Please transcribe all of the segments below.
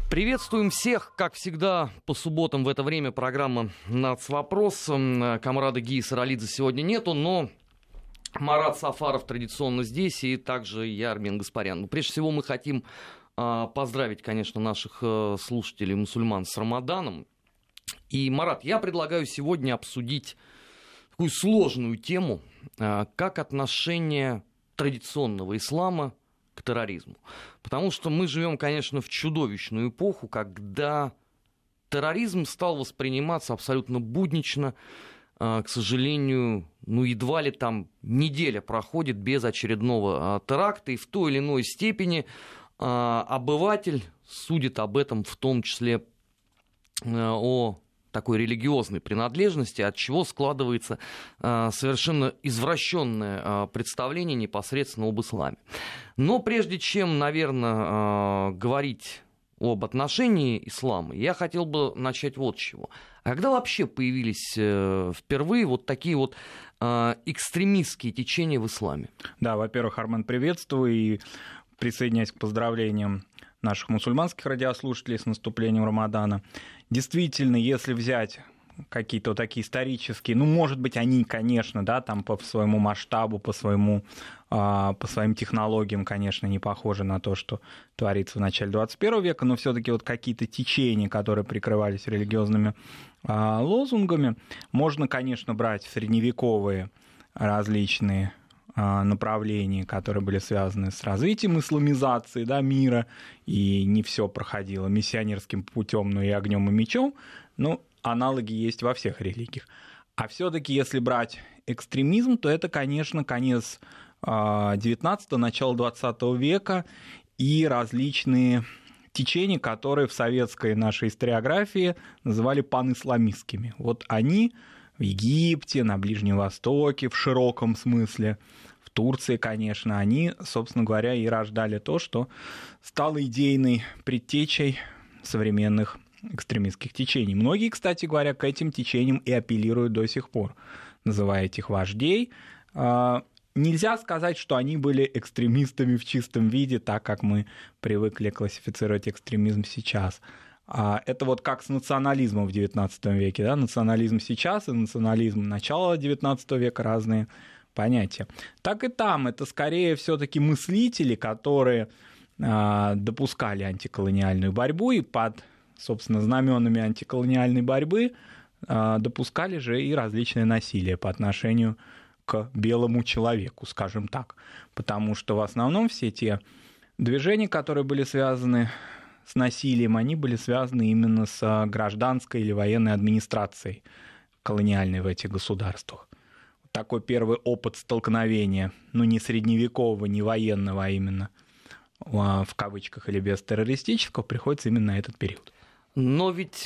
Приветствуем всех, как всегда, по субботам в это время программа «Нацвопрос». Камрада Гии Саралидзе сегодня нету, но Марат Сафаров традиционно здесь, и также я, Армен Гаспарян. Прежде всего мы хотим поздравить, конечно, наших слушателей мусульман с Рамаданом. И, Марат, я предлагаю сегодня обсудить такую сложную тему, как отношение традиционного ислама к терроризму. Потому что мы живем, конечно, в чудовищную эпоху, когда терроризм стал восприниматься абсолютно буднично. К сожалению, едва ли там неделя проходит без очередного теракта, и в той или иной степени обыватель судит об этом, в том числе о такой религиозной принадлежности, от чего складывается совершенно извращенное представление непосредственно об исламе. Но прежде чем, наверное, говорить об отношении ислама, я хотел бы начать вот с чего. А когда вообще появились впервые вот такие вот экстремистские течения в исламе? Да, во-первых, Армен, приветствую и присоединяюсь к поздравлениям наших мусульманских радиослушателей с наступлением Рамадана. Действительно, если взять какие-то вот такие исторические, может быть, они, конечно, да, там по своему масштабу, по своим технологиям, конечно, не похожи на то, что творится в начале 21 века, но все-таки вот какие-то течения, которые прикрывались религиозными лозунгами, можно, конечно, брать средневековые различные направления, которые были связаны с развитием исламизации, да, мира, и не все проходило миссионерским путем, но и огнем и мечом, но аналоги есть во всех религиях. А все-таки, если брать экстремизм, то это, конечно, конец 19-го, начало 20 века и различные течения, которые в советской нашей историографии называли панисламистскими. Вот они в Египте, на Ближнем Востоке в широком смысле, в Турции, конечно, они, собственно говоря, и рождали то, что стало идейной предтечей современных экстремистских течений. Многие, кстати говоря, к этим течениям и апеллируют до сих пор, называя этих вождей. Нельзя сказать, что они были экстремистами в чистом виде, так как мы привыкли классифицировать экстремизм сейчас. Это вот как с национализмом в XIX веке. Да? Национализм сейчас и национализм начала XIX века — разные понятия. Так и там это скорее все-таки мыслители, которые допускали антиколониальную борьбу, и под, собственно, знаменами антиколониальной борьбы допускали же и различные насилия по отношению к белому человеку, скажем так. Потому что в основном все те движения, которые были связаны с насилием, они были связаны именно с гражданской или военной администрацией колониальной в этих государствах. Такой первый опыт столкновения, не средневекового, не военного, а именно в кавычках или без террористического, приходится именно на этот период. Но ведь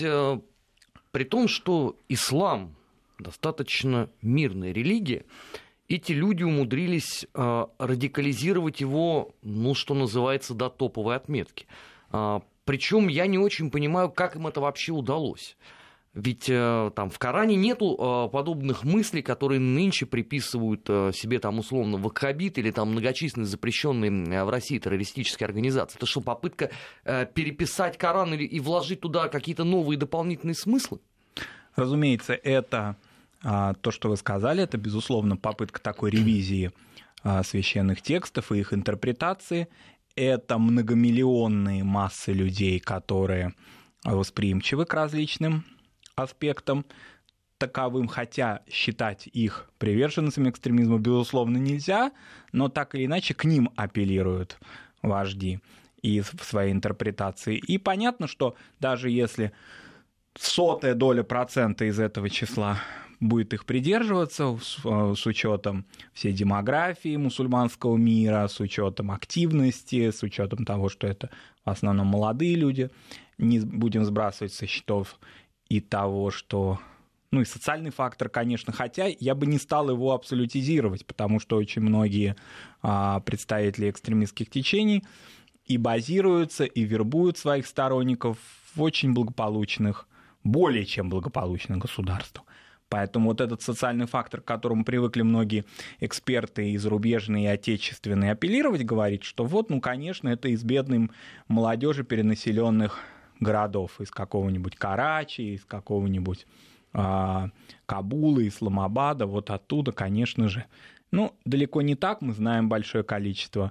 при том, что ислам достаточно мирная религия, эти люди умудрились радикализировать его, что называется, до топовой отметки. Причем я не очень понимаю, как им это вообще удалось. Ведь там в Коране нету подобных мыслей, которые нынче приписывают себе там условно ваххабиты или там многочисленные запрещенные в России террористические организации. Это что, попытка переписать Коран и вложить туда какие-то новые дополнительные смыслы? Разумеется, это то, что вы сказали, это, безусловно, попытка такой ревизии священных текстов и их интерпретации. Это многомиллионные массы людей, которые восприимчивы к различным аспектам таковым, хотя считать их приверженцами экстремизма, безусловно, нельзя, но так или иначе к ним апеллируют вожди и в своей интерпретации. И понятно, что даже если 0,01% из этого числа будет их придерживаться с учетом всей демографии мусульманского мира, с учетом активности, с учетом того, что это в основном молодые люди, не будем сбрасывать со счетов и того, что... и социальный фактор, конечно, хотя я бы не стал его абсолютизировать, потому что очень многие представители экстремистских течений и базируются, и вербуют своих сторонников в очень благополучных, более чем благополучных государствах. Поэтому вот этот социальный фактор, к которому привыкли многие эксперты и зарубежные, и отечественные апеллировать, говорить, что конечно, это из бедной молодежи перенаселенных городов, из какого-нибудь Карачи, из какого-нибудь Кабула, Исламабада, вот оттуда, конечно же. Ну, далеко не так, мы знаем большое количество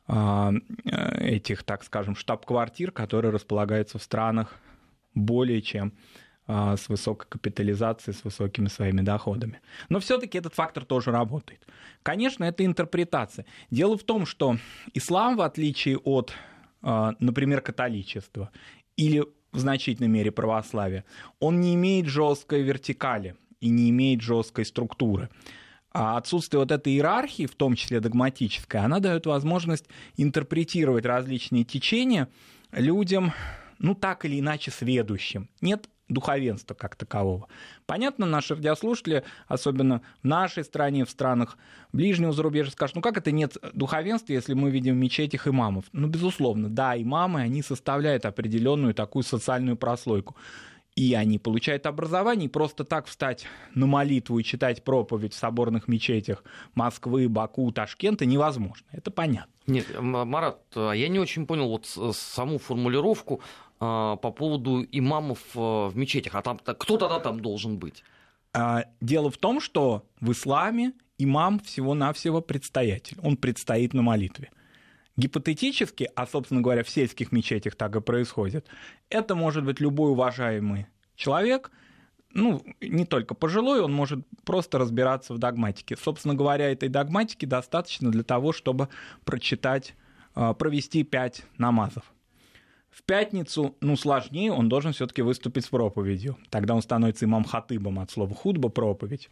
этих, так скажем, штаб-квартир, которые располагаются в странах более чем с высокой капитализацией, с высокими своими доходами. Но все-таки этот фактор тоже работает. Конечно, это интерпретация. Дело в том, что ислам, в отличие от, например, католичества или в значительной мере православия, он не имеет жесткой вертикали и не имеет жесткой структуры. А отсутствие вот этой иерархии, в том числе догматической, она дает возможность интерпретировать различные течения людям, ну, так или иначе, сведущим. Нет духовенства как такового. Понятно, наши радиослушатели, особенно в нашей стране, в странах ближнего зарубежья, скажут, ну как это нет духовенства, если мы видим в мечетях имамов? Ну, безусловно, да, имамы, они составляют определенную такую социальную прослойку. И они получают образование, и просто так встать на молитву и читать проповедь в соборных мечетях Москвы, Баку, Ташкента невозможно. Это понятно. Нет, Марат, я не очень понял вот саму формулировку по поводу имамов в мечетях. А там кто тогда там должен быть? Дело в том, что в исламе имам всего-навсего предстоятель. Он предстоит на молитве. Гипотетически, а, собственно говоря, в сельских мечетях так и происходит, это может быть любой уважаемый человек, ну, не только пожилой, он может просто разбираться в догматике. Собственно говоря, этой догматики достаточно для того, чтобы прочитать, провести 5 намазов. В пятницу, ну, сложнее, он должен все-таки выступить с проповедью. Тогда он становится имам-хатыбом от слова хутба, проповедь.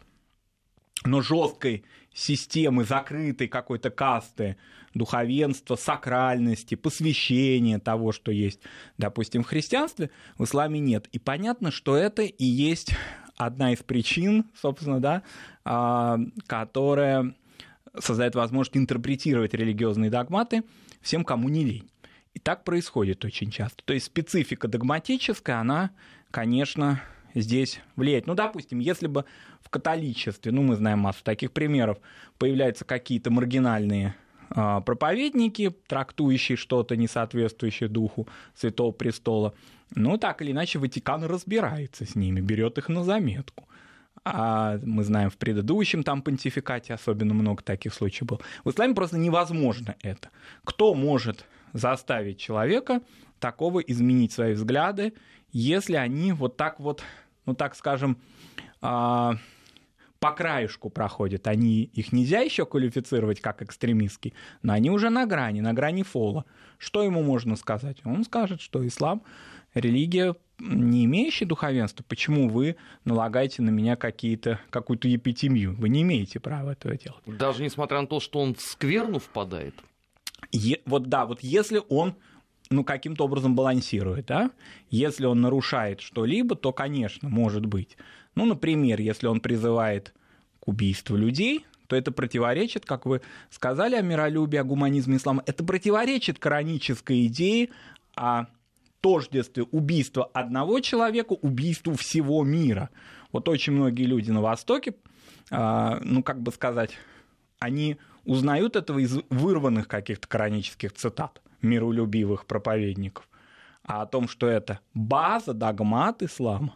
Но жесткой системы, закрытой какой-то касты, духовенства, сакральности, посвящения того, что есть, допустим, в христианстве, в исламе нет. И понятно, что это и есть одна из причин, собственно, да, которая создает возможность интерпретировать религиозные догматы всем, кому не лень. И так происходит очень часто. То есть специфика догматическая, она, конечно, здесь влияет. Ну, допустим, если бы в католичестве, ну, мы знаем массу таких примеров, появляются какие-то маргинальные проповедники, трактующие что-то, не соответствующее духу Святого Престола, ну, так или иначе, Ватикан разбирается с ними, берет их на заметку. А мы знаем, в предыдущем там понтификате особенно много таких случаев было. В исламе просто невозможно это. Кто может заставить человека такого изменить свои взгляды, если они вот так вот, ну, так скажем, по краешку проходят. Их нельзя еще квалифицировать как экстремистские, но они уже на грани фола. Что ему можно сказать? Он скажет, что ислам — религия, не имеющая духовенства. Почему вы налагаете на меня какую-то епитемию? Вы не имеете права этого делать. Даже несмотря на то, что он в скверну впадает? Вот если он, ну, каким-то образом балансирует, да? Если он нарушает что-либо, то, конечно, может быть. Ну, например, если он призывает к убийству людей, то это противоречит, как вы сказали, о миролюбии, о гуманизме ислама, это противоречит коранической идее о тождестве убийства одного человека убийству всего мира. Вот очень многие люди на Востоке, ну, как бы сказать, они узнают этого из вырванных каких-то коранических цитат миролюбивых проповедников. А о том, что это база, догмат ислама,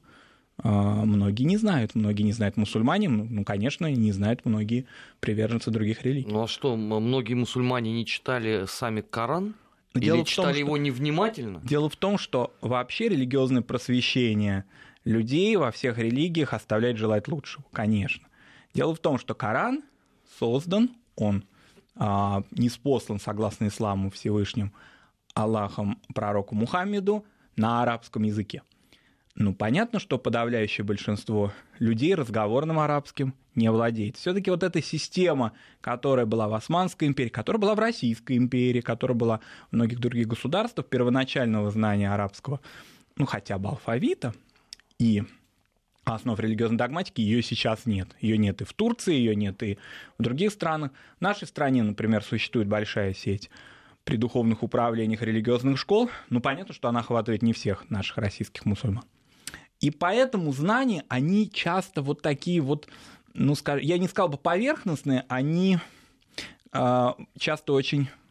многие не знают. Многие не знают мусульмане, ну, конечно, не знают многие приверженцы других религий. Ну, а что, многие мусульмане не читали сами Коран? Или читали его невнимательно? Дело в том, что вообще религиозное просвещение людей во всех религиях оставляет желать лучшего, конечно. Дело в том, что Коран создан, он ниспослан, согласно исламу Всевышним Аллахом, пророку Мухаммеду, на арабском языке. Ну, понятно, что подавляющее большинство людей разговорным арабским не владеет. Все-таки вот эта система, которая была в Османской империи, которая была в Российской империи, которая была в многих других государствах, первоначального знания арабского, ну, хотя бы алфавита и основ религиозной догматики, ее сейчас нет. Ее нет и в Турции, ее нет и в других странах. В нашей стране, например, существует большая сеть при духовных управлениях религиозных школ. Ну, понятно, что она охватывает не всех наших российских мусульман. И поэтому знания, они часто вот такие вот, ну, я не сказал бы поверхностные, они часто очень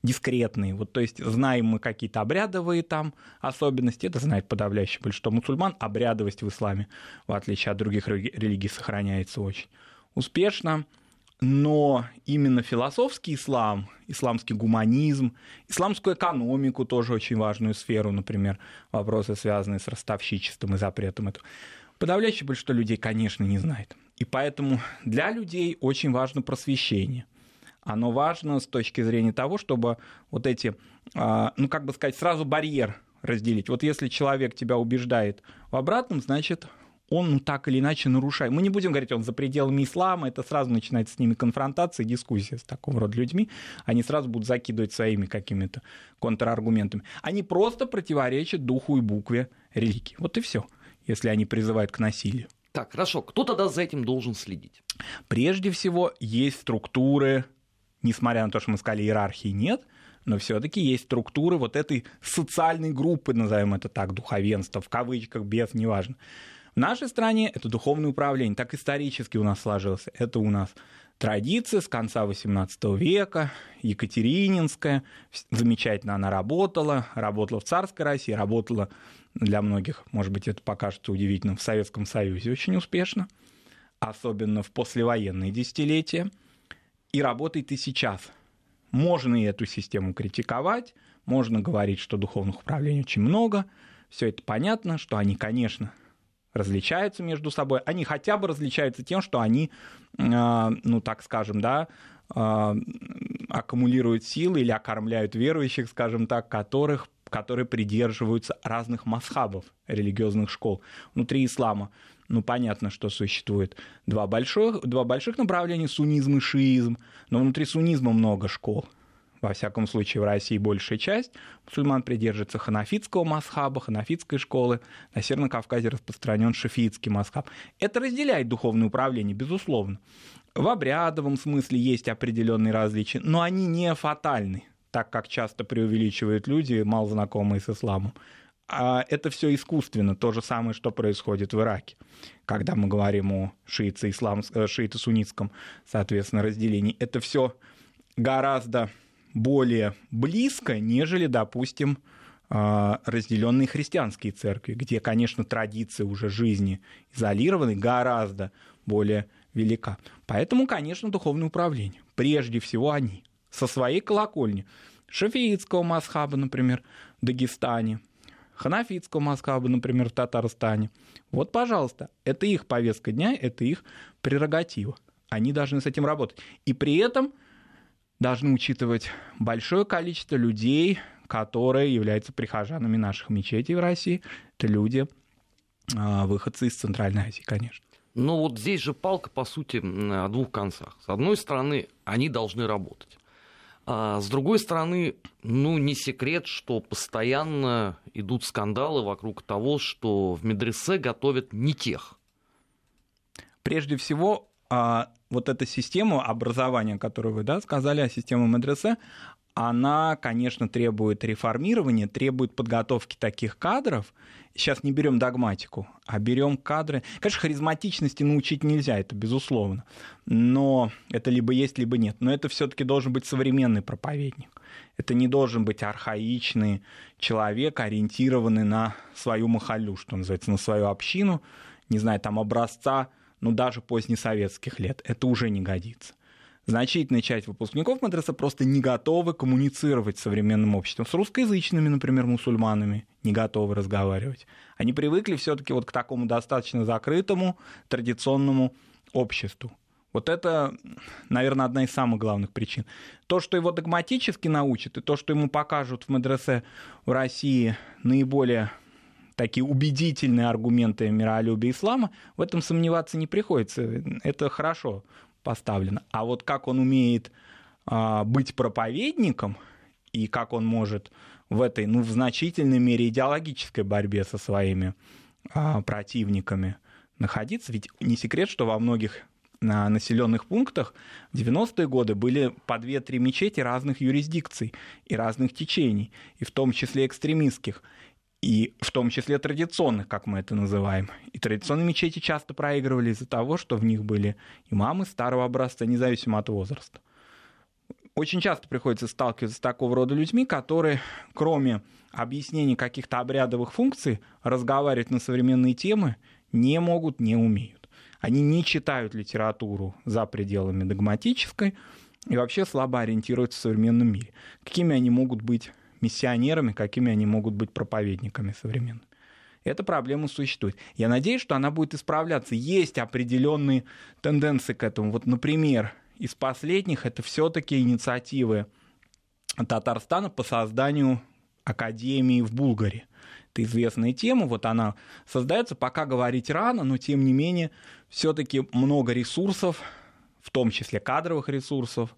дискретные. Вот, то есть знаем мы какие-то обрядовые там особенности, это знает подавляющее большинство мусульман, обрядовость в исламе, в отличие от других религий, сохраняется очень успешно. Но именно философский ислам, исламский гуманизм, исламскую экономику, тоже очень важную сферу, например, вопросы, связанные с ростовщичеством и запретом этого, подавляющее большинство людей, конечно, не знает. И поэтому для людей очень важно просвещение. Оно важно с точки зрения того, чтобы вот эти, сразу барьер разделить. Вот если человек тебя убеждает в обратном, значит, он так или иначе нарушает. Мы не будем говорить, он за пределами ислама, это сразу начинается с ними конфронтация, дискуссия с такого рода людьми. Они сразу будут закидывать своими какими-то контраргументами. Они просто противоречат духу и букве религии. Вот и все, если они призывают к насилию. Так, хорошо. Кто тогда за этим должен следить? Прежде всего, есть структуры, несмотря на то, что мы сказали, иерархии нет, но все-таки есть структуры вот этой социальной группы, назовем это так, духовенства, в кавычках, без, неважно. В нашей стране это духовное управление, так исторически у нас сложилось. Это у нас традиция с конца XVIII века, екатерининская. Замечательно она работала в царской России, работала для многих, может быть, это покажется удивительным, в Советском Союзе очень успешно, особенно в послевоенные десятилетия, и работает и сейчас. Можно и эту систему критиковать, можно говорить, что духовных управлений очень много, все это понятно, что они, конечно, различаются между собой. Они хотя бы различаются тем, что они, аккумулируют силы или окормляют верующих, скажем так, которые придерживаются разных мазхабов, религиозных школ. Внутри ислама, понятно, что существует два больших направления, суннизм и шиизм, но внутри суннизма много школ. Во всяком случае, в России большая часть мусульман придерживается ханафитского мазхаба, ханафитской школы. На Северном Кавказе распространен шафиитский мазхаб. Это разделяет духовное управление, безусловно. В обрядовом смысле есть определенные различия, но они не фатальны, так как часто преувеличивают люди, мало знакомые с исламом. А это все искусственно, то же самое, что происходит в Ираке, когда мы говорим о шиито-суннитском, соответственно, разделении. Это все гораздо более близко, нежели, допустим, разделенные христианские церкви, где, конечно, традиция уже жизни изолированы, гораздо более велика. Поэтому, конечно, духовное управление. Прежде всего они со своей колокольни шафиитского мазхаба, например, в Дагестане, ханафитского мазхаба, например, в Татарстане. Вот, пожалуйста, это их повестка дня, это их прерогатива. Они должны с этим работать. И при этом должны учитывать большое количество людей, которые являются прихожанами наших мечетей в России. Это люди, выходцы из Центральной Азии, конечно. Но вот здесь же палка, по сути, о двух концах. С одной стороны, они должны работать. А с другой стороны, не секрет, что постоянно идут скандалы вокруг того, что в медресе готовят не тех. Прежде всего, вот эта система образования, которую вы сказали, система медресе, она, конечно, требует реформирования, требует подготовки таких кадров. Сейчас не берем догматику, а берем кадры. Конечно, харизматичности научить нельзя, это безусловно. Но это либо есть, либо нет. Но это все-таки должен быть современный проповедник. Это не должен быть архаичный человек, ориентированный на свою махаллю, что называется, на свою общину, не знаю, там образца, даже позднесоветских лет. Это уже не годится. Значительная часть выпускников медресе просто не готовы коммуницировать с современным обществом. С русскоязычными, например, мусульманами не готовы разговаривать. Они привыкли все-таки к такому достаточно закрытому, традиционному обществу. Вот это, наверное, одна из самых главных причин. То, что его догматически научат, и то, что ему покажут в медресе в России наиболее такие убедительные аргументы миролюбия ислама, в этом сомневаться не приходится. Это хорошо поставлено. А вот как он умеет быть проповедником и как он может в этой, в значительной мере идеологической борьбе со своими противниками находиться, ведь не секрет, что во многих населенных пунктах в 90-е годы были по 2-3 мечети разных юрисдикций и разных течений, и в том числе экстремистских, и в том числе традиционных, как мы это называем. И традиционные мечети часто проигрывали из-за того, что в них были имамы старого образца, независимо от возраста. очень часто приходится сталкиваться с такого рода людьми, которые, кроме объяснения каких-то обрядовых функций, разговаривать на современные темы не могут, не умеют. Они не читают литературу за пределами догматической и вообще слабо ориентируются в современном мире. Какими они могут быть миссионерами, какими они могут быть проповедниками современными. Эта проблема существует. Я надеюсь, что она будет исправляться. Есть определенные тенденции к этому. Вот, например, из последних это все-таки инициативы Татарстана по созданию академии в Булгаре. Это известная тема, вот она создается, пока говорить рано, но тем не менее все-таки много ресурсов, в том числе кадровых ресурсов,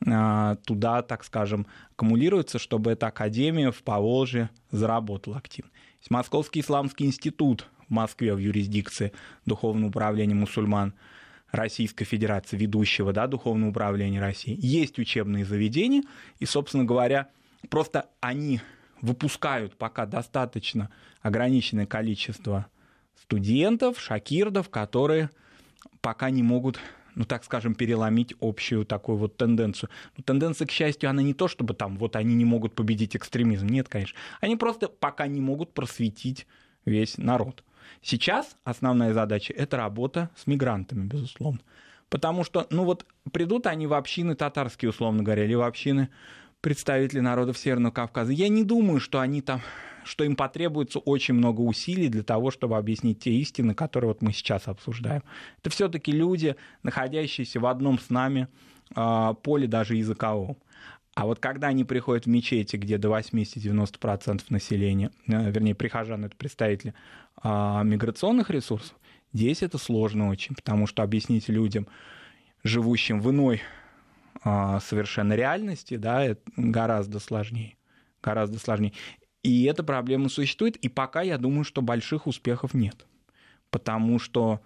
туда, так скажем, аккумулируется, чтобы эта академия в Поволжье заработала активно. Московский исламский институт в Москве в юрисдикции Духовного управления мусульман Российской Федерации, ведущего, да, Духовного управления России. Есть учебные заведения, и, собственно говоря, просто они выпускают пока достаточно ограниченное количество студентов, шакирдов, которые пока не могут, ну, так скажем, переломить общую такую вот тенденцию. Но тенденция, к счастью, она не то, чтобы там вот они не могут победить экстремизм. Нет, конечно. Они просто пока не могут просветить весь народ. Сейчас основная задача – это работа с мигрантами, безусловно. Потому что, ну вот, придут они в общины татарские, условно говоря, или в общины представителей народов Северного Кавказа. Я не думаю, что они там, что им потребуется очень много усилий для того, чтобы объяснить те истины, которые вот мы сейчас обсуждаем. Это все-таки люди, находящиеся в одном с нами поле, даже языковом. А вот когда они приходят в мечети, где до 80-90% населения, вернее, прихожан, это представители миграционных ресурсов, здесь это сложно очень, потому что объяснить людям, живущим в иной совершенно реальности, да, это гораздо сложнее. Гораздо сложнее. И эта проблема существует, и пока я думаю, что больших успехов нет. Потому что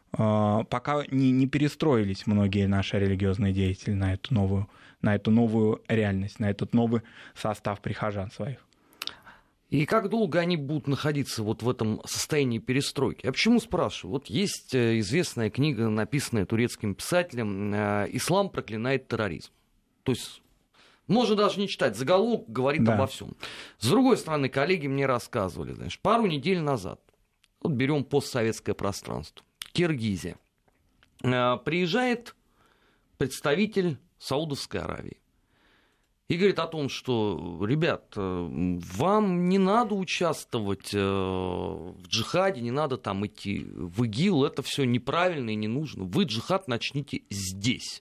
пока не перестроились многие наши религиозные деятели на эту новую реальность, на этот новый состав прихожан своих. И как долго они будут находиться вот в этом состоянии перестройки? Я почему спрашиваю? Вот есть известная книга, написанная турецким писателем «Ислам проклинает терроризм». То есть можно даже не читать, заголовок говорит обо всем. С другой стороны, коллеги мне рассказывали, знаешь, пару недель назад, вот берем постсоветское пространство, Киргизия, приезжает представитель Саудовской Аравии и говорит о том, что, ребят, вам не надо участвовать в джихаде, не надо там идти в ИГИЛ, это все неправильно и не нужно. Вы джихад начните здесь.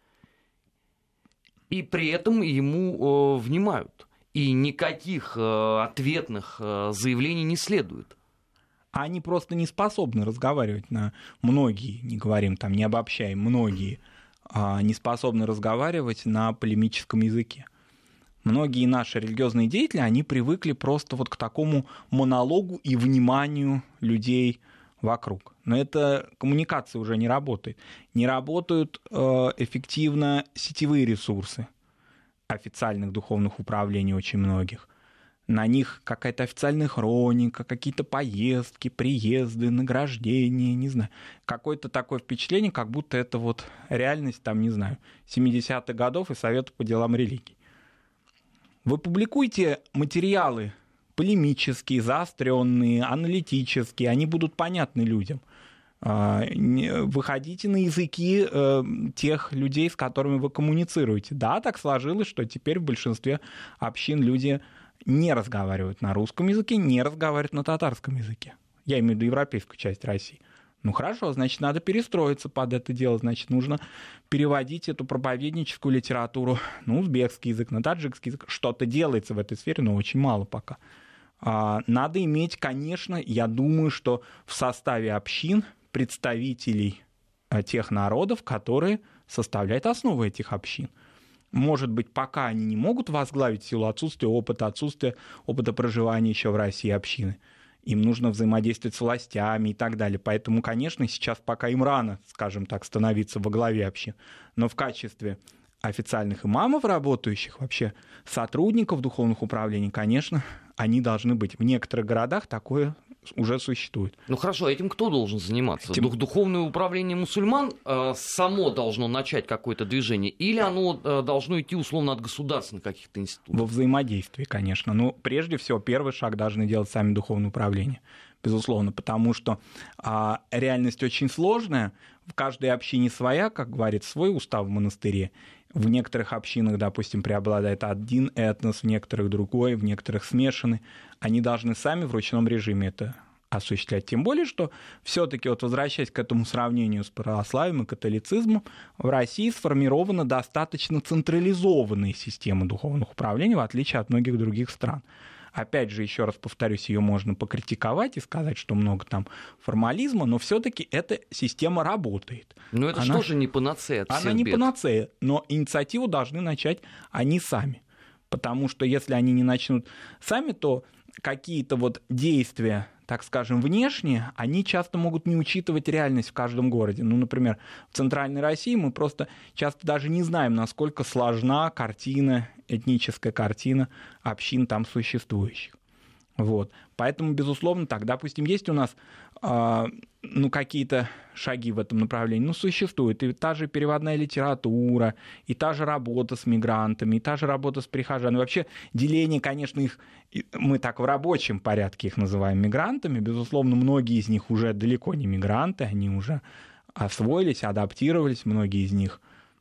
И при этом ему внимают. И никаких ответных заявлений не следует. Они просто не способны разговаривать на многие, не говорим там, не обобщаем, многие не способны разговаривать на полемическом языке. Многие наши религиозные деятели, они привыкли просто вот к такому монологу и вниманию людей вокруг. Но эта коммуникация уже не работает. Не работают эффективно сетевые ресурсы официальных духовных управлений очень многих. На них какая-то официальная хроника, какие-то поездки, приезды, награждения, не знаю. Какое-то такое впечатление, как будто это вот реальность, там, не знаю, 70-х годов и Совета по делам религий. Вы публикуйте материалы полемические, заостренные, аналитические, они будут понятны людям. Выходите на языки тех людей, с которыми вы коммуницируете. Да, так сложилось, что теперь в большинстве общин люди не разговаривают на русском языке, не разговаривают на татарском языке. Я имею в виду европейскую часть России. Ну хорошо, значит, надо перестроиться под это дело, значит, нужно переводить эту проповедническую литературу на узбекский язык, на таджикский язык. Что-то делается в этой сфере, но очень мало пока. Надо иметь, конечно, я думаю, что в составе общин представителей тех народов, которые составляют основу этих общин. Может быть, пока они не могут возглавить в силу отсутствия опыта проживания еще в России общины. Им нужно взаимодействовать с властями и так далее. Поэтому, конечно, сейчас пока им рано, скажем так, становиться во главе общин. Но в качестве официальных имамов, работающих вообще, сотрудников духовных управлений, конечно, они должны быть. В некоторых городах такое уже существует. Ну хорошо, этим кто должен заниматься? Духовное управление мусульман само должно начать какое-то движение, или оно должно идти условно от государственных каких-то институтов? Во взаимодействии, конечно. Но прежде всего первый шаг должны делать сами духовное управление, безусловно, потому что реальность очень сложная, в каждой общине своя, как говорит, свой устав в монастыре. В некоторых общинах, допустим, преобладает один этнос, в некоторых другой, в некоторых смешанный. Они должны сами в ручном режиме это осуществлять. Тем более, что все-таки, вот возвращаясь к этому сравнению с православием и католицизмом, в России сформирована достаточно централизованная система духовного управления, в отличие от многих других стран. Опять же, еще раз повторюсь, ее можно покритиковать и сказать, что много там формализма, но все-таки эта система работает. Но это же тоже не панацея от всех бед. Она не панацея, но инициативу должны начать они сами. Потому что если они не начнут сами, то какие-то вот действия, так скажем, внешние, они часто могут не учитывать реальность в каждом городе. Ну, например, в Центральной России мы просто часто даже не знаем, насколько сложна картина, этническая картина общин там существующих. Вот. Поэтому, безусловно, так, допустим, есть у нас какие-то шаги в этом направлении, существует и та же переводная литература, и та же работа с мигрантами, и та же работа с прихожанами. Вообще деление, конечно, их, мы так в рабочем порядке их называем мигрантами, безусловно, многие из них уже далеко не мигранты, они уже освоились, адаптировались, многие из них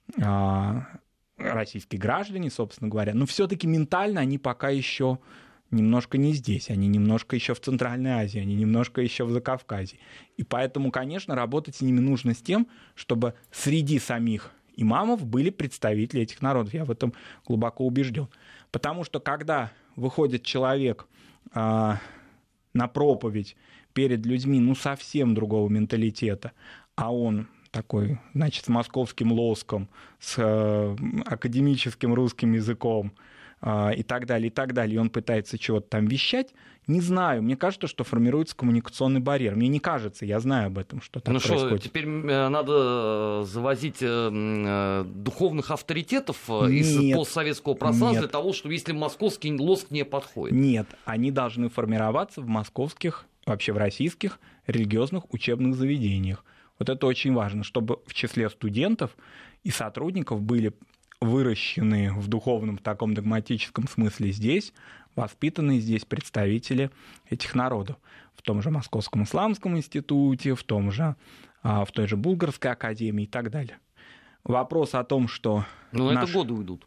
российские граждане, собственно говоря, но все-таки ментально они пока еще немножко не здесь, они немножко еще в Центральной Азии, они немножко еще в Закавказье. И поэтому, конечно, работать с ними нужно с тем, чтобы среди самих имамов были представители этих народов. Я в этом глубоко убежден. Потому что когда выходит человек на проповедь перед людьми, совсем другого менталитета, а он такой, значит, с московским лоском, с академическим русским языком, и так далее, и он пытается чего-то там вещать, не знаю, мне кажется, что формируется коммуникационный барьер. Мне не кажется, я знаю об этом, что так происходит. Что, теперь надо завозить духовных авторитетов из постсоветского пространства для того, что если московский лоск не подходит? Нет, они должны формироваться в московских, вообще в российских религиозных учебных заведениях. Вот это очень важно, чтобы в числе студентов и сотрудников были выращенные в духовном таком догматическом смысле здесь, воспитанные здесь представители этих народов. В том же Московском исламском институте, в той же Булгарской академии и так далее. Вопрос о том, что... это годы уйдут.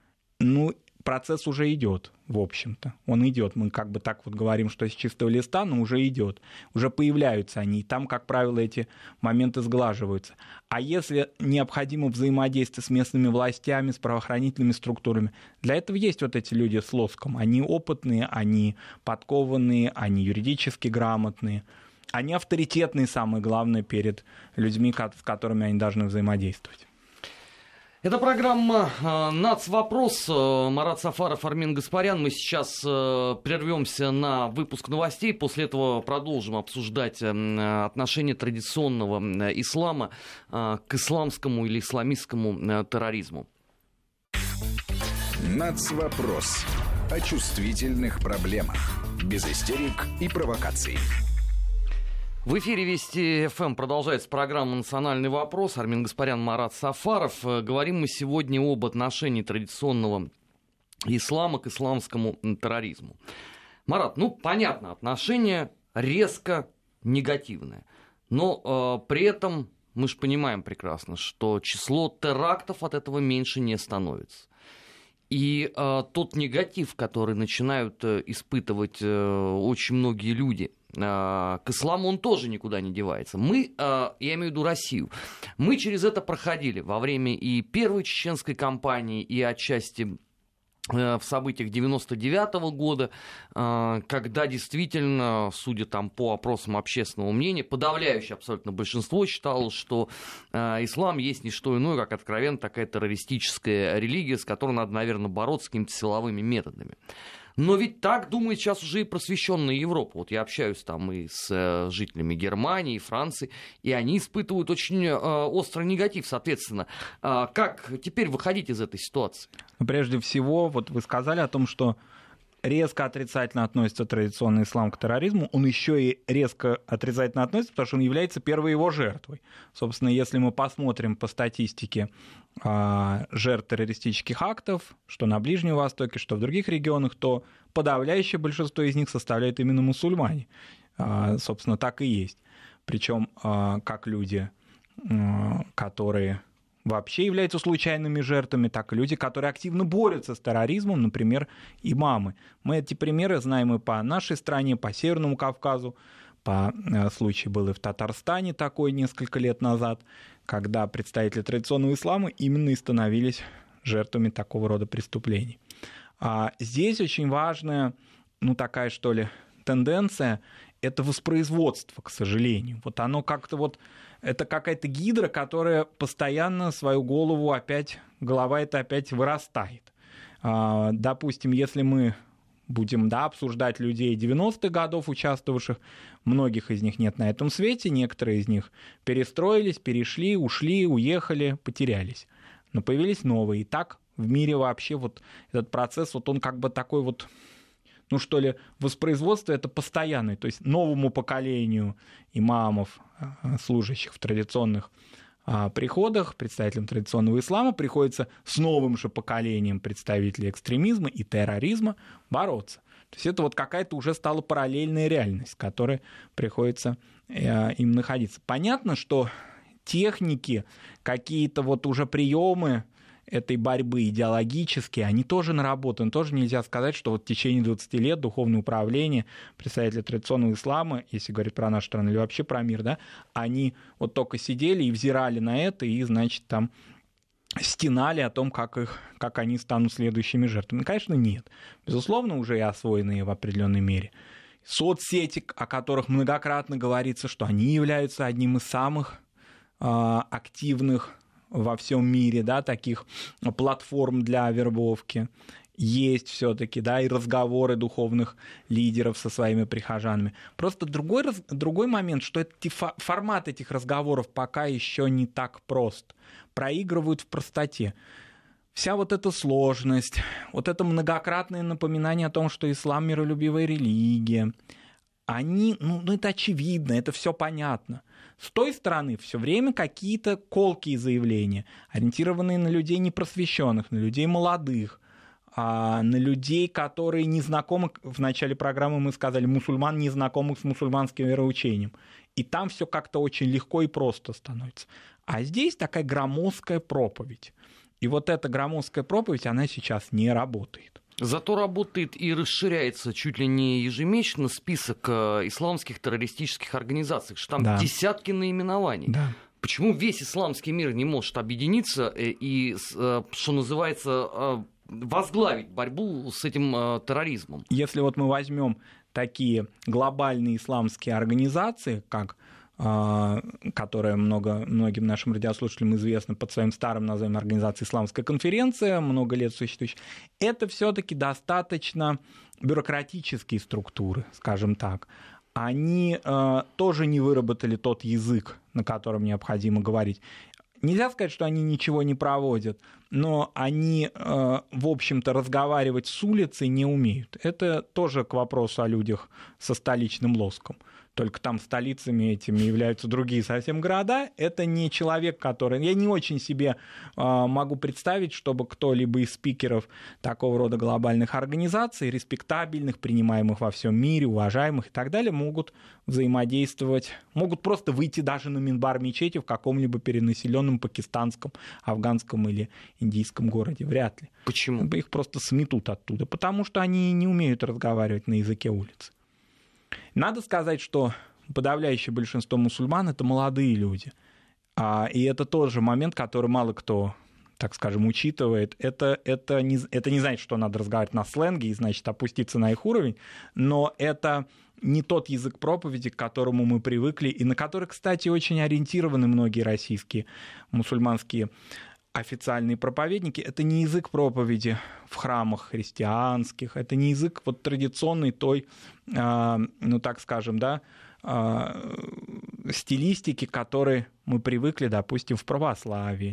Процесс уже идет, в общем-то. Он идет. Мы как бы так вот говорим, что с чистого листа, но уже идет. Уже появляются они. И там, как правило, эти моменты сглаживаются. А если необходимо взаимодействие с местными властями, с правоохранительными структурами, для этого есть вот эти люди с лоском. Они опытные, они подкованные, они юридически грамотные. Они авторитетные, самое главное, перед людьми, с которыми они должны взаимодействовать. Это программа «Нацвопрос». Марат Сафаров, Армен Гаспарян. Мы сейчас прервемся на выпуск новостей. После этого продолжим обсуждать отношение традиционного ислама к исламскому или исламистскому терроризму. «Нацвопрос». О чувствительных проблемах. Без истерик и провокаций. В эфире Вести ФМ продолжается программа «Национальный вопрос». Армен Гаспарян, Марат Сафаров. Говорим мы сегодня об отношении традиционного ислама к исламскому терроризму. Марат, понятно, отношение резко негативное. Но при этом мы же понимаем прекрасно, что число терактов от этого меньше не становится. И тот негатив, который начинают испытывать очень многие люди к исламу, он тоже никуда не девается. Мы, я имею в виду Россию, мы через это проходили во время и первой чеченской кампании, и отчасти в событиях 99-го года, когда действительно, судя по опросам общественного мнения, подавляющее абсолютно большинство считало, что ислам есть не что иное, как откровенно такая террористическая религия, с которой надо, наверное, бороться какими-то силовыми методами. Но ведь так думает сейчас уже и просвещенная Европа. Вот я общаюсь там и с жителями Германии, Франции, и они испытывают очень острый негатив, соответственно. Как теперь выходить из этой ситуации? Прежде всего, вот вы сказали о том, что резко отрицательно относится традиционный ислам к терроризму, он еще и резко отрицательно относится, потому что он является первой его жертвой. Собственно, если мы посмотрим по статистике жертв террористических актов, что на Ближнем Востоке, что в других регионах, то подавляющее большинство из них составляют именно мусульмане. Собственно, так и есть. Причем как люди, которые вообще являются случайными жертвами, так и люди, которые активно борются с терроризмом, например, имамы. Мы эти примеры знаем и по нашей стране, по Северному Кавказу, по случаю был и в Татарстане такой несколько лет назад, когда представители традиционного ислама именно и становились жертвами такого рода преступлений. Здесь очень важная, такая, что ли, тенденция — это воспроизводство, к сожалению. Вот оно как-то это какая-то гидра, которая постоянно свою голову голова эта опять вырастает. Допустим, если мы будем обсуждать людей 90-х годов, участвовавших, многих из них нет на этом свете, некоторые из них перестроились, перешли, ушли, уехали, потерялись. Но появились новые. И так в мире вообще этот процесс, он как бы такой воспроизводство это постоянное. То есть новому поколению имамов, служащих в традиционных приходах, представителям традиционного ислама, приходится с новым же поколением представителей экстремизма и терроризма бороться. То есть это какая-то уже стала параллельная реальность, в которой приходится им находиться. Понятно, что техники, какие-то уже приемы этой борьбы идеологические, они тоже наработаны. Тоже нельзя сказать, что в течение 20 лет духовное управление, представители традиционного ислама, если говорить про нашу страну или вообще про мир, они только сидели и взирали на это, и, значит, там стенали о том, как они станут следующими жертвами. Конечно, нет. Безусловно, уже и освоенные в определенной мере соцсети, о которых многократно говорится, что они являются одним из самых активных во всем мире, таких платформ для вербовки. Есть все-таки, и разговоры духовных лидеров со своими прихожанами. Просто другой момент, что формат этих разговоров пока еще не так прост. Проигрывают в простоте. Вся эта сложность, это многократное напоминание о том, что ислам миролюбивая религия, это очевидно, это все понятно. С той стороны все время какие-то колкие заявления, ориентированные на людей непросвещенных, на людей молодых, на людей, которые не знакомы, в начале программы мы сказали, мусульман, не знакомых с мусульманским вероучением. И там все как-то очень легко и просто становится. А здесь такая громоздкая проповедь. И эта громоздкая проповедь, она сейчас не работает. Зато работает и расширяется чуть ли не ежемесячно список исламских террористических организаций, что там десятки наименований. Да. Почему весь исламский мир не может объединиться и, что называется, возглавить борьбу с этим терроризмом? Если мы возьмем такие глобальные исламские организации, которая многим нашим радиослушателям известна под своим старым названием организации «Исламская конференция», много лет существующая, это все-таки достаточно бюрократические структуры, скажем так. Они тоже не выработали тот язык, на котором необходимо говорить. Нельзя сказать, что они ничего не проводят, но они, в общем-то, разговаривать с улицей не умеют. Это тоже к вопросу о людях со столичным лоском. Только там столицами этими являются другие совсем города. Это не человек, который... Я не очень себе могу представить, чтобы кто-либо из спикеров такого рода глобальных организаций, респектабельных, принимаемых во всем мире, уважаемых и так далее, могут взаимодействовать, могут просто выйти даже на минбар мечети в каком-либо перенаселенном пакистанском, афганском или индийском городе. Вряд ли. Почему? Их просто сметут оттуда, потому что они не умеют разговаривать на языке улицы. Надо сказать, что подавляющее большинство мусульман — это молодые люди. И это тоже момент, который мало кто, так скажем, учитывает. Это не значит, что надо разговаривать на сленге и, значит, опуститься на их уровень, но это не тот язык проповеди, к которому мы привыкли, и на который, кстати, очень ориентированы многие российские мусульманские официальные проповедники. Это не язык проповеди в храмах христианских, это не язык традиционной той, так скажем, стилистики, к которой мы привыкли, допустим, в православии, в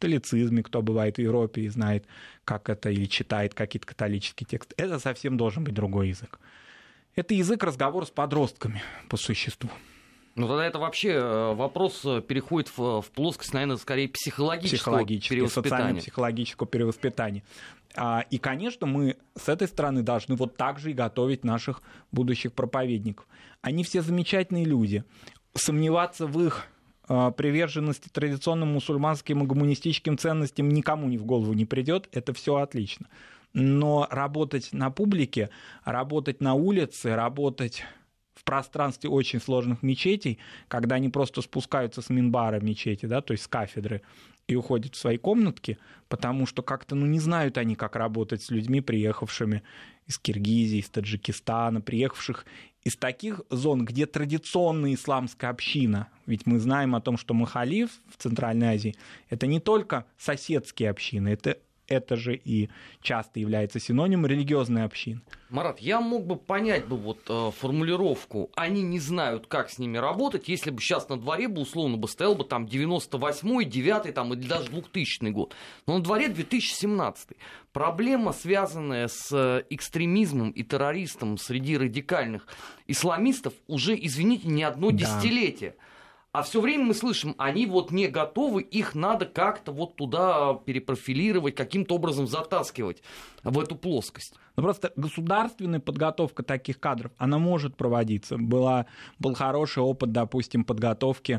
католицизме, кто бывает в Европе и знает, как это, или читает какие-то католические тексты. Это совсем должен быть другой язык. Это язык разговора с подростками по существу. Ну, тогда это вообще вопрос переходит в плоскость, наверное, скорее психологического перевоспитания. Социально-психологического перевоспитания. И, конечно, мы с этой стороны должны вот так же и готовить наших будущих проповедников. Они все замечательные люди. Сомневаться в их приверженности традиционным мусульманским и гуманистическим ценностям никому ни в голову не придет. Это все отлично. Но работать на публике, работать на улице, работать в пространстве очень сложных мечетей, когда они просто спускаются с минбара мечети, да, то есть с кафедры, и уходят в свои комнатки, потому что как-то не знают они, как работать с людьми, приехавшими из Киргизии, из Таджикистана, приехавших из таких зон, где традиционная исламская община, ведь мы знаем о том, что Махалив в Центральной Азии — это не только соседские общины, это же и часто является синонимом религиозной общины. Марат, я мог бы понять формулировку «они не знают, как с ними работать», если бы сейчас на дворе бы условно стоял бы там 98-й, 9-й там, или даже 2000 год. Но на дворе 2017. Проблема, связанная с экстремизмом и терроризмом среди радикальных исламистов, уже, извините, не одно десятилетие. А все время мы слышим, они не готовы, их надо как-то туда перепрофилировать, каким-то образом затаскивать в эту плоскость. Просто государственная подготовка таких кадров, она может проводиться. Был хороший опыт, допустим, подготовки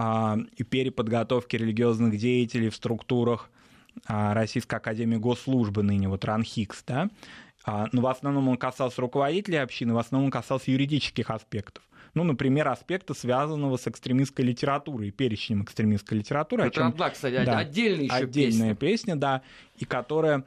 и переподготовки религиозных деятелей в структурах Российской академии госслужбы, ныне РАНХИКС, да? Но в основном он касался руководителей общины, в основном он касался юридических аспектов. Например, аспекта, связанного с экстремистской литературой, перечнем экстремистской литературы. Это, кстати, отдельная песня, да, и которая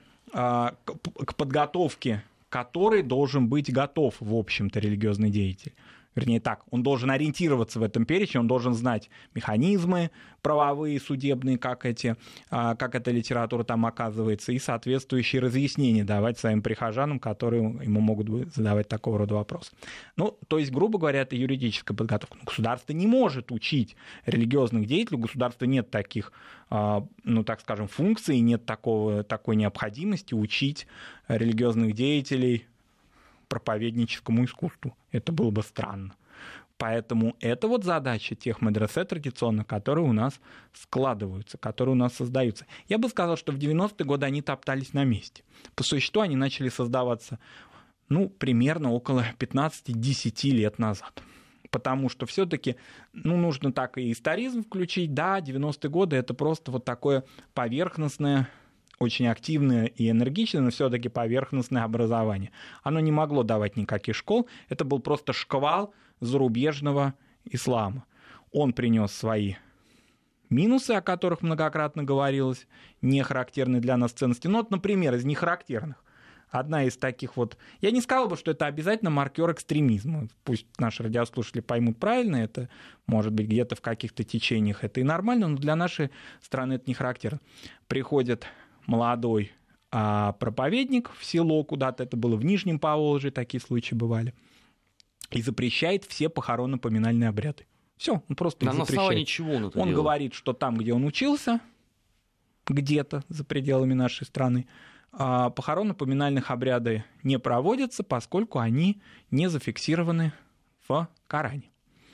к подготовке которой должен быть готов, в общем-то, религиозный деятель. Вернее так, он должен ориентироваться в этом перечне, он должен знать механизмы правовые, судебные, как эта литература там оказывается, и соответствующие разъяснения давать своим прихожанам, которые ему могут задавать такого рода вопросы. То есть, грубо говоря, это юридическая подготовка. Но государство не может учить религиозных деятелей, у государства нет таких, так скажем, функций, нет такой необходимости учить религиозных деятелей проповедническому искусству. Это было бы странно. Поэтому это задача тех медресе традиционных, которые у нас складываются, которые у нас создаются. Я бы сказал, что в 90-е годы они топтались на месте. По существу они начали создаваться, примерно около 15-10 лет назад. Потому что все-таки нужно так и историзм включить. Да, 90-е годы это просто такое поверхностное, очень активное и энергичное, но все-таки поверхностное образование. Оно не могло давать никаких школ. Это был просто шквал зарубежного ислама. Он принес свои минусы, о которых многократно говорилось, не характерные для нас ценности. Например, из нехарактерных. Одна из таких я не сказал бы, что это обязательно маркер экстремизма. Пусть наши радиослушатели поймут правильно, это может быть где-то в каких-то течениях это и нормально, но для нашей страны это не характерно. Приходит молодой проповедник в село куда-то, это было в Нижнем Поволжье, такие случаи бывали, и запрещает все похоронно-поминальные обряды. Все, он просто их запрещает. Чего он делает? Говорит, что там, где он учился, где-то за пределами нашей страны, похоронно-поминальных обряды не проводятся, поскольку они не зафиксированы в Коране.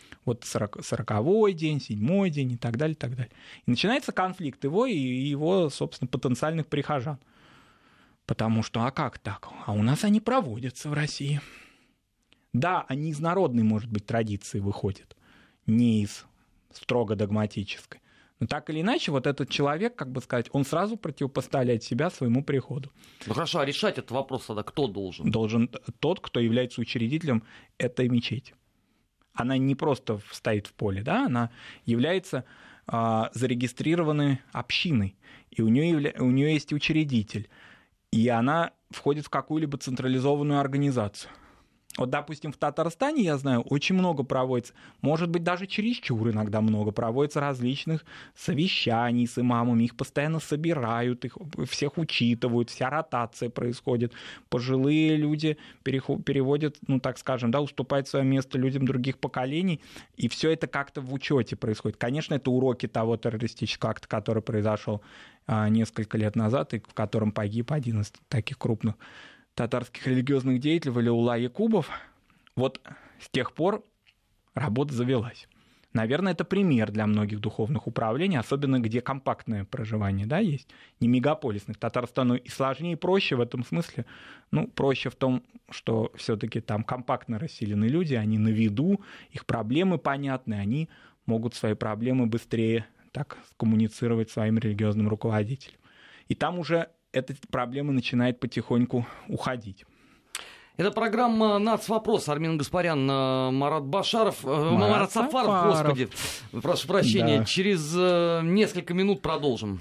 40-й день, 7-й день и так далее, и так далее. И начинается конфликт его и его, собственно, потенциальных прихожан. Потому что, как так? А у нас они проводятся в России. Да, они из народной, может быть, традиции выходят, не из строго догматической. Но так или иначе, этот человек, он сразу противопоставляет себя своему приходу. Хорошо, а решать этот вопрос тогда кто должен? Должен тот, кто является учредителем этой мечети. Она не просто стоит в поле, да, она является зарегистрированной общиной, и у нее есть учредитель, и она входит в какую-либо централизованную организацию. Вот, допустим, в Татарстане, я знаю, очень много проводится, может быть, даже чересчур иногда много проводится различных совещаний с имамами, их постоянно собирают, их всех учитывают, вся ротация происходит, пожилые люди переводят, ну, так скажем, да, уступают свое место людям других поколений, и все это как-то в учете происходит. Конечно, это уроки того террористического акта, который произошел несколько лет назад, и в котором погиб один из таких крупных татарских религиозных деятелей Валиулла Якубов. Вот с тех пор работа завелась. Наверное, это пример для многих духовных управлений, особенно где компактное проживание, да, есть, не мегаполисных. Татарстану и сложнее, и проще в этом смысле. Ну, проще в том, что все-таки там компактно расселены люди, они на виду, их проблемы понятны, они могут свои проблемы быстрее так коммуницировать своим религиозным руководителям. И там уже эта проблема начинает потихоньку уходить. Это программа «Нацвопрос». Армин Гаспарян, Марат Башаров, Марат Сафаров, господи, прошу прощения. Да. Через несколько минут продолжим.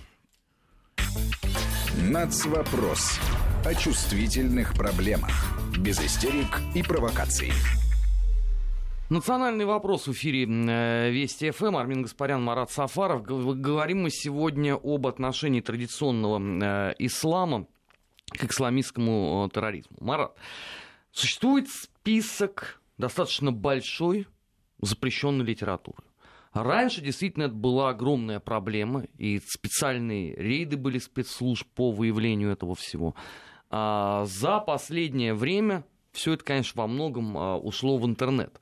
«Нацвопрос» о чувствительных проблемах, без истерик и провокаций. Национальный вопрос в эфире Вести ФМ. Армин Гаспарян, Марат Сафаров. Говорим мы сегодня об отношении традиционного ислама к исламистскому терроризму. Марат, существует список достаточно большой запрещенной литературы. Раньше действительно это была огромная проблема, и специальные рейды были спецслужб по выявлению этого всего. А за последнее время все это, конечно, во многом ушло в интернет.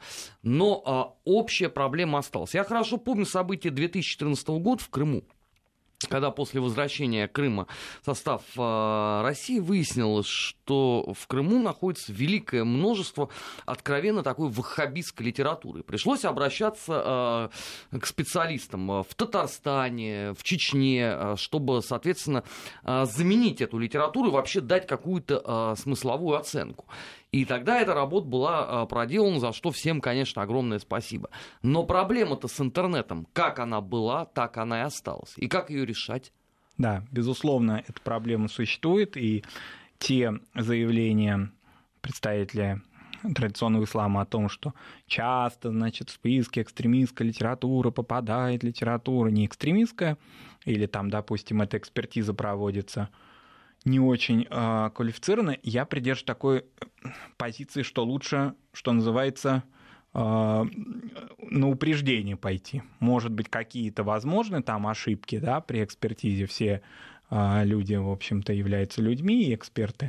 Но общая проблема осталась. Я хорошо помню события 2014 года в Крыму, когда после возвращения Крыма в состав России выяснилось, что в Крыму находится великое множество откровенно такой ваххабистской литературы. Пришлось обращаться к специалистам в Татарстане, в Чечне, чтобы, соответственно, заменить эту литературу и вообще дать какую-то смысловую оценку. И тогда эта работа была проделана, за что всем, конечно, огромное спасибо. Но проблема-то с интернетом, как она была, так она и осталась. И как ее решать? Да, безусловно, эта проблема существует, и те заявления представителей традиционного ислама о том, что часто, значит, в списке экстремистской литературы попадает литература не экстремистская, или там, допустим, эта экспертиза проводится не очень квалифицированно, я придерживаюсь такой позиции, что лучше, что называется, на упреждение пойти. Может быть, какие-то возможны там ошибки, да, при экспертизе. Все люди, в общем-то, являются людьми, и эксперты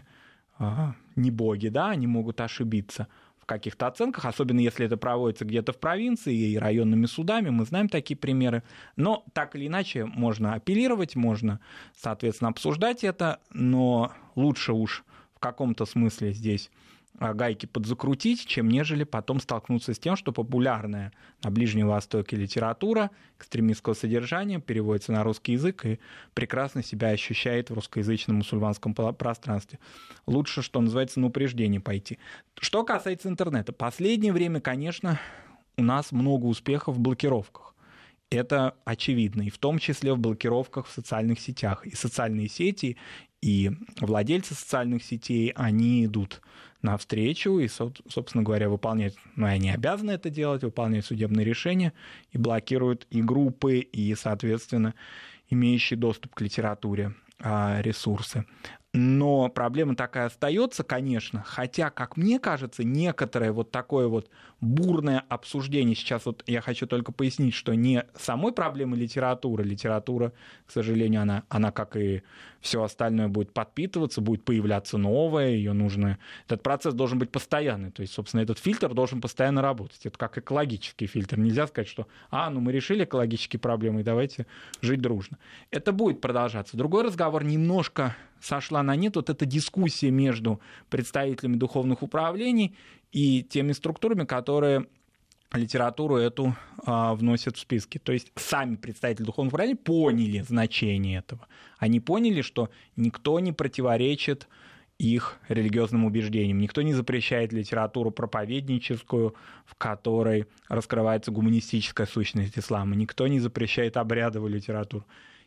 не боги, да, они могут ошибиться в каких-то оценках, особенно если это проводится где-то в провинции и районными судами, мы знаем такие примеры. Но так или иначе можно апеллировать, можно, соответственно, обсуждать это, но лучше уж в каком-то смысле здесь гайки подзакрутить, чем нежели потом столкнуться с тем, что популярная на Ближнем Востоке литература экстремистского содержания переводится на русский язык и прекрасно себя ощущает в русскоязычном мусульманском пространстве. Лучше, что называется, на упреждение пойти. Что касается интернета, в последнее время, конечно, у нас много успехов в блокировках. Это очевидно, и в том числе в блокировках в социальных сетях. И социальные сети, и владельцы социальных сетей, они идут навстречу и, собственно говоря, выполняют, ну, они обязаны это делать, выполняют судебные решения и блокируют и группы, и, соответственно, имеющие доступ к литературе ресурсы. Но проблема такая остается, конечно, хотя, как мне кажется, некоторое вот такое вот бурное обсуждение, сейчас вот я хочу только пояснить, что не самой проблемы литературы, к сожалению, она как и все остальное будет подпитываться, будет появляться новое, ее нужно, этот процесс должен быть постоянный, то есть, собственно, этот фильтр должен постоянно работать, это как экологический фильтр, нельзя сказать, что, мы решили экологические проблемы, и давайте жить дружно. Это будет продолжаться. Другой разговор немножко сошла на нет вот эта дискуссия между представителями духовных управлений и теми структурами, которые литературу эту вносят в списки. То есть сами представители духовных управлений поняли значение этого. Они поняли, что никто не противоречит их религиозным убеждениям. Никто не запрещает литературу проповедническую, в которой раскрывается гуманистическая сущность ислама. Никто не запрещает обрядовую литературу.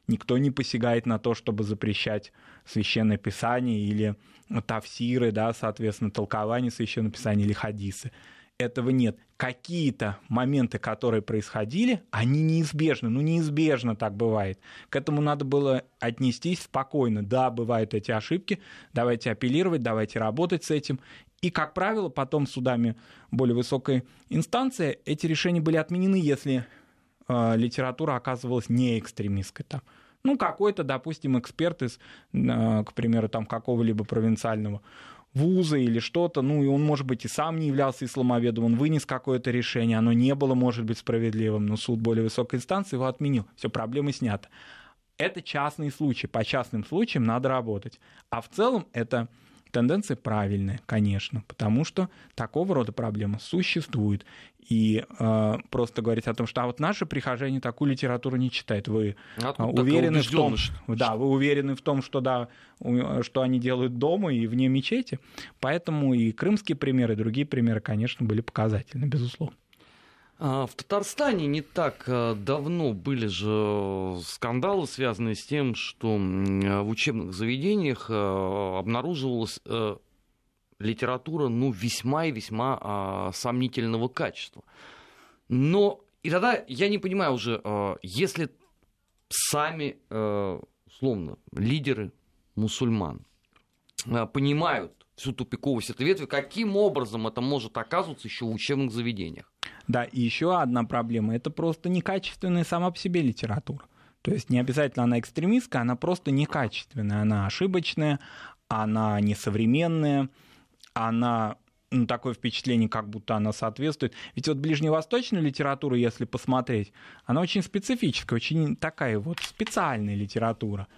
Никто не посягает на то, чтобы запрещать Священное Писание или тафсиры, да, соответственно, толкование Священного Писания или хадисы. Этого нет. Какие-то моменты, которые происходили, они неизбежны. Неизбежно так бывает. К этому надо было отнестись спокойно. Да, бывают эти ошибки, давайте апеллировать, давайте работать с этим. И, как правило, потом судами более высокой инстанции эти решения были отменены, если литература оказывалась не экстремистской. Там. Какой-то, допустим, эксперт из, к примеру, там, какого-либо провинциального вуза или что-то, и он, может быть, и сам не являлся исламоведом, он вынес какое-то решение, оно не было, может быть, справедливым, но суд более высокой инстанции его отменил. Все, проблема снята. Это частные случаи, по частным случаям надо работать. А в целом это тенденция правильная, конечно, потому что такого рода проблема существует. И просто говорить о том, что наши прихожане такую литературу не читают. Вы уверены в том, вы уверены в том, что они делают дома и вне мечети. Поэтому и крымские примеры, и другие примеры, конечно, были показательны, безусловно. В Татарстане не так давно были же скандалы, связанные с тем, что в учебных заведениях обнаруживалась литература, весьма и весьма сомнительного качества. Но и тогда я не понимаю уже, если сами, условно, лидеры мусульман понимают всю тупиковость этой ветви, каким образом это может оказываться еще в учебных заведениях? Да, и еще одна проблема – это просто некачественная сама по себе литература. То есть не обязательно она экстремистская, она просто некачественная, она ошибочная, она несовременная, она, такое впечатление, как будто она соответствует. Ведь ближневосточная литература, если посмотреть, она очень специфическая, очень такая специальная литература.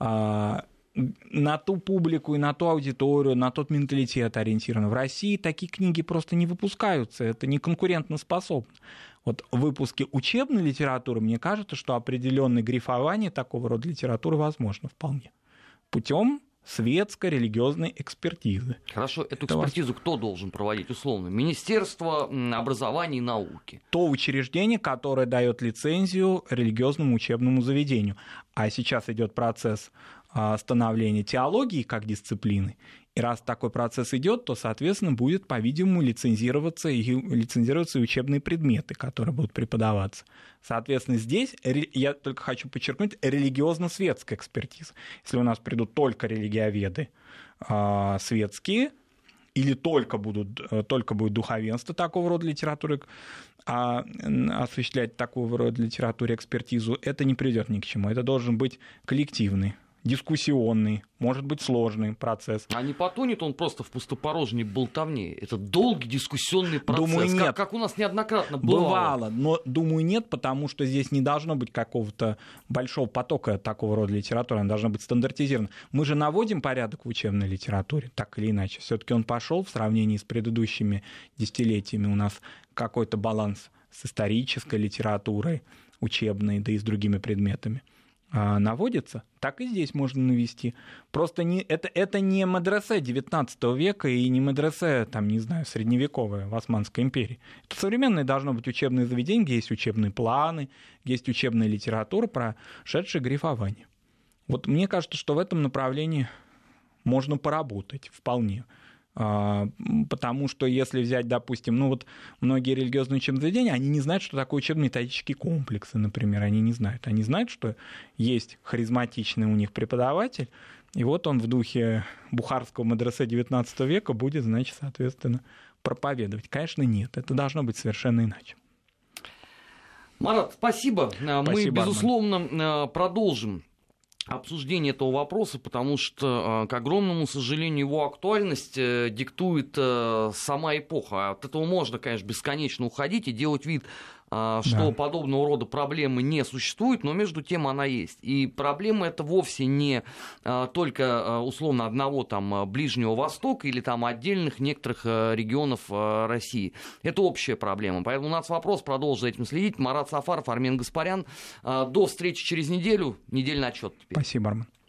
На ту публику и на ту аудиторию, на тот менталитет ориентирована. В России такие книги просто не выпускаются, это не конкурентоспособно. В выпуске учебной литературы, мне кажется, что определенное грифование такого рода литературы возможно вполне. Путем светской, религиозной экспертизы. Хорошо, эту экспертизу кто должен проводить, условно? Министерство образования и науки. То учреждение, которое дает лицензию религиозному учебному заведению. А сейчас идет процесс становления теологии как дисциплины. И раз такой процесс идет, то, соответственно, будет, по-видимому, лицензироваться и учебные предметы, которые будут преподаваться. Соответственно, здесь, я только хочу подчеркнуть, религиозно-светская экспертиза. Если у нас придут только религиоведы светские, или только будет духовенство такого рода литературы, осуществлять такого рода литературе экспертизу, это не приведет ни к чему. Это должен быть коллективный, дискуссионный, может быть, сложный процесс. А не потонет он просто в пустопорожней болтовне? Это долгий дискуссионный процесс, думаю, нет. Как у нас неоднократно бывало. Но, думаю, нет, потому что здесь не должно быть какого-то большого потока такого рода литературы, она должна быть стандартизирована. Мы же наводим порядок в учебной литературе, так или иначе. Все-таки он пошел в сравнении с предыдущими десятилетиями. У нас какой-то баланс с исторической литературой, учебной, да и с другими предметами наводится, так и здесь можно навести. Просто это не медресе XIX века и не медресе, средневековое в Османской империи. Это современное должно быть учебное заведение, где есть учебные планы, где есть учебная литература, прошедшая грифование. Мне кажется, что в этом направлении можно поработать вполне. Потому что если взять, допустим, многие религиозные учебные заведения, они не знают, что такое учебно-методические комплексы, например, они не знают. Они знают, что есть харизматичный у них преподаватель, и он в духе бухарского медресе XIX века будет, соответственно, проповедовать. Конечно, нет, это должно быть совершенно иначе. Марат, спасибо. Мы, безусловно, продолжим обсуждение этого вопроса, потому что, к огромному сожалению, его актуальность диктует сама эпоха. От этого можно, конечно, бесконечно уходить и делать вид, что подобного рода проблемы не существует, но между тем она есть. И проблема эта вовсе не только условно одного Ближнего Востока или отдельных некоторых регионов России. Это общая проблема. Поэтому Нацвопрос продолжит за этим следить. Марат Сафаров, Армен Гаспарян. До встречи через неделю. Недельный отчет теперь. Спасибо, Армен.